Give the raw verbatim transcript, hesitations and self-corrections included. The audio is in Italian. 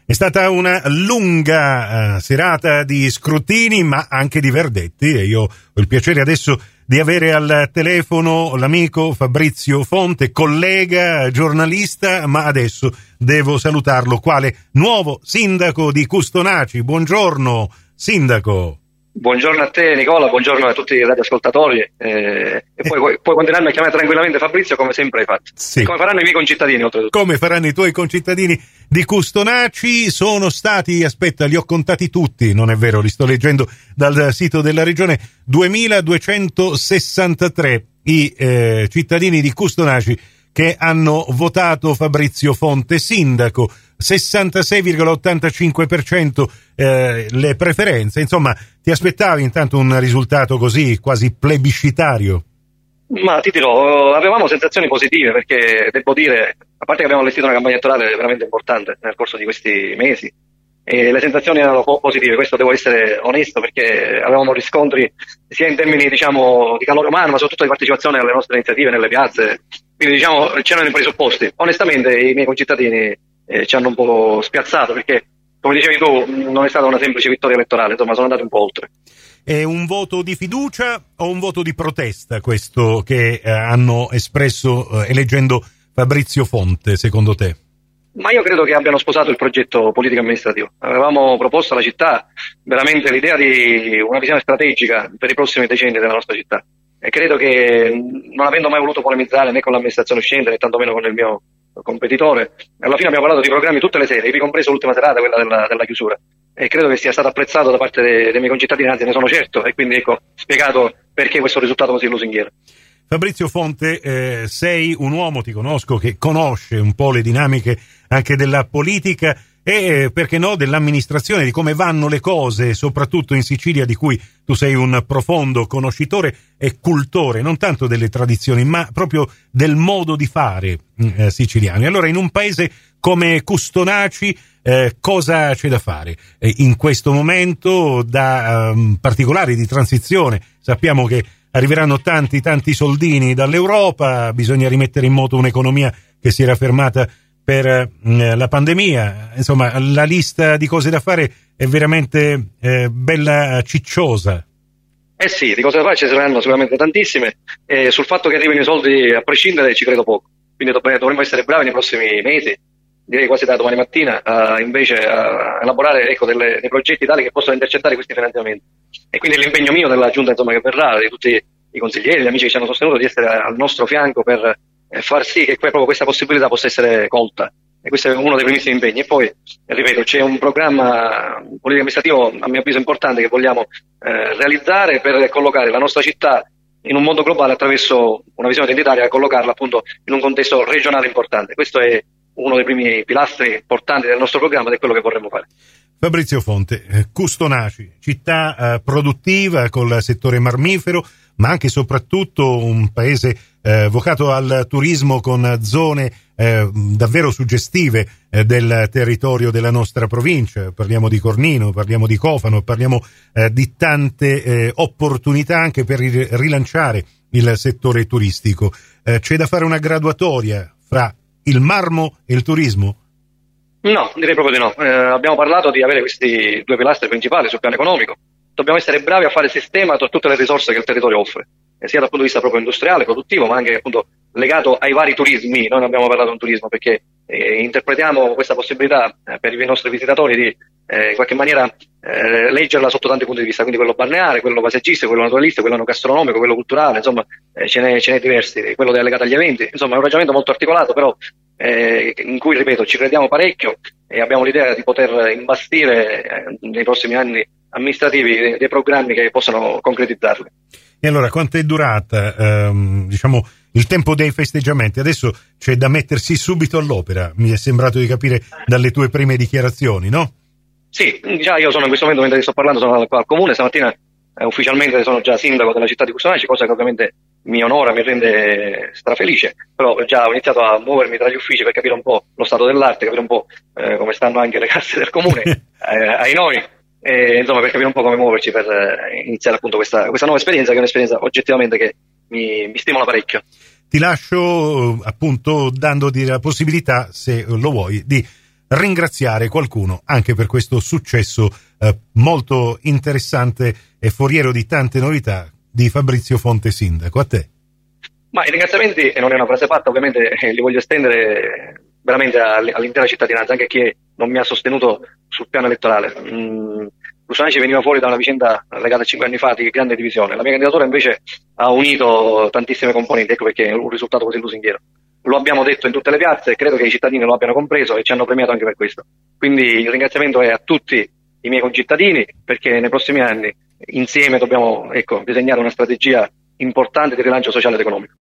È stata una lunga uh, serata di scrutini, ma anche di verdetti, e io ho il piacere adesso di avere al telefono l'amico Fabrizio Fonte, collega, giornalista, ma adesso devo salutarlo quale nuovo sindaco di Custonaci. Buongiorno, sindaco. Buongiorno a te Nicola, buongiorno a tutti i radioascoltatori, eh, e poi eh. puoi continuarmi a chiamare tranquillamente Fabrizio come sempre hai fatto. Sì. E come faranno i miei concittadini oltretutto. Come faranno i tuoi concittadini di Custonaci. Sono stati, aspetta, li ho contati tutti, non è vero, li sto leggendo dal sito della regione, duemiladuecentosessantatré i eh, cittadini di Custonaci che hanno votato Fabrizio Fonte sindaco, sessantasei virgola ottantacinque per cento eh, le preferenze. Insomma, ti aspettavi intanto un risultato così quasi plebiscitario? Ma ti dirò, avevamo sensazioni positive perché devo dire, a parte che abbiamo allestito una campagna elettorale veramente importante nel corso di questi mesi, e le sensazioni erano positive, questo devo essere onesto, perché avevamo riscontri sia in termini diciamo di calore umano, ma soprattutto di partecipazione alle nostre iniziative nelle piazze, quindi diciamo c'erano i presupposti. Onestamente i miei concittadini eh, ci hanno un po' spiazzato perché, come dicevi tu, non è stata una semplice vittoria elettorale, insomma sono andati un po' oltre. È un voto di fiducia o un voto di protesta questo che eh, hanno espresso eh, eleggendo Fabrizio Fonte, secondo te? Ma io credo che abbiano sposato il progetto politico-amministrativo. Avevamo proposto alla città veramente l'idea di una visione strategica per i prossimi decenni della nostra città. E credo che, non avendo mai voluto polemizzare né con l'amministrazione uscente né tantomeno con il mio competitore, alla fine abbiamo parlato di programmi tutte le sere, ivi compreso l'ultima serata, quella della, della chiusura. E credo che sia stato apprezzato da parte dei, dei miei concittadini, anzi ne sono certo, e quindi ecco spiegato perché questo risultato così lusinghiero. Fabrizio Fonte, eh, sei un uomo, ti conosco, che conosce un po' le dinamiche anche della politica e, perché no, dell'amministrazione, di come vanno le cose, soprattutto in Sicilia, di cui tu sei un profondo conoscitore e cultore, non tanto delle tradizioni, ma proprio del modo di fare eh, siciliano. E allora in un paese come Custonaci eh, cosa c'è da fare eh, in questo momento da um, particolari di transizione? Sappiamo che arriveranno tanti tanti soldini dall'Europa, bisogna rimettere in moto un'economia che si era fermata per eh, la pandemia. Insomma, la lista di cose da fare è veramente eh, bella cicciosa. Eh sì, di cose da fare ce ne saranno sicuramente tantissime, e sul fatto che arrivino i soldi a prescindere ci credo poco, quindi dovremmo essere bravi nei prossimi mesi, direi quasi da domani mattina, a, invece a elaborare ecco, delle, dei progetti tali che possano intercettare questi finanziamenti. E quindi l'impegno mio della giunta insomma, che verrà, di tutti i consiglieri, gli amici che ci hanno sostenuto, di essere al nostro fianco per eh, far sì che proprio questa possibilità possa essere colta. E questo è uno dei primissimi impegni. E poi, ripeto, c'è un programma politico amministrativo, a mio avviso importante, che vogliamo eh, realizzare per collocare la nostra città in un mondo globale attraverso una visione identitaria e collocarla appunto in un contesto regionale importante. Questo è uno dei primi pilastri importanti del nostro programma ed è quello che vorremmo fare. Fabrizio Fonte, eh, Custonaci, città eh, produttiva col settore marmifero, ma anche e soprattutto un paese eh, vocato al turismo con zone eh, davvero suggestive eh, del territorio della nostra provincia. Parliamo di Cornino, parliamo di Cofano, parliamo eh, di tante eh, opportunità anche per rilanciare il settore turistico. Eh, c'è da fare una graduatoria fra il marmo e il turismo? No, direi proprio di no. Eh, abbiamo parlato di avere questi due pilastri principali sul piano economico. Dobbiamo essere bravi a fare sistema tra tutte le risorse che il territorio offre, eh, sia dal punto di vista proprio industriale, produttivo, ma anche appunto legato ai vari turismi. Noi non abbiamo parlato di un turismo perché eh, interpretiamo questa possibilità eh, per i nostri visitatori di eh, in qualche maniera eh, leggerla sotto tanti punti di vista, quindi quello balneare, quello paesaggistico, quello naturalistico, quello gastronomico, quello culturale, insomma eh, ce n'è, ce n'è diversi, quello legato agli eventi, insomma è un ragionamento molto articolato, però eh, in cui, ripeto, ci crediamo parecchio e abbiamo l'idea di poter imbastire eh, nei prossimi anni amministrativi dei, dei programmi che possano concretizzarli. E allora quanto è durata ehm, diciamo il tempo dei festeggiamenti? Adesso c'è da mettersi subito all'opera, mi è sembrato di capire dalle tue prime dichiarazioni, no? Sì, già io sono in questo momento, mentre sto parlando, sono qua al comune, stamattina eh, ufficialmente sono già sindaco della città di Custonaci, cosa che ovviamente mi onora, mi rende strafelice, però già ho iniziato a muovermi tra gli uffici per capire un po' lo stato dell'arte, capire un po' eh, come stanno anche le casse del comune, eh, ai noi, e, insomma per capire un po' come muoverci per eh, iniziare appunto questa, questa nuova esperienza, che è un'esperienza oggettivamente che mi, mi stimola parecchio. Ti lascio appunto dandoti la possibilità, se lo vuoi, di ringraziare qualcuno anche per questo successo eh, molto interessante e foriero di tante novità di Fabrizio Fonte, sindaco. A te. Ma i ringraziamenti, e non è una frase fatta, ovviamente eh, li voglio estendere veramente all'intera cittadinanza, anche a chi non mi ha sostenuto sul piano elettorale. Mm, Lusanici veniva fuori da una vicenda legata a cinque anni fa di grande divisione. La mia candidatura invece ha unito tantissime componenti, ecco perché è un risultato così lusinghiero. Lo abbiamo detto in tutte le piazze e credo che i cittadini lo abbiano compreso e ci hanno premiato anche per questo. Quindi il ringraziamento è a tutti i miei concittadini, perché nei prossimi anni insieme dobbiamo, ecco, disegnare una strategia importante di rilancio sociale ed economico.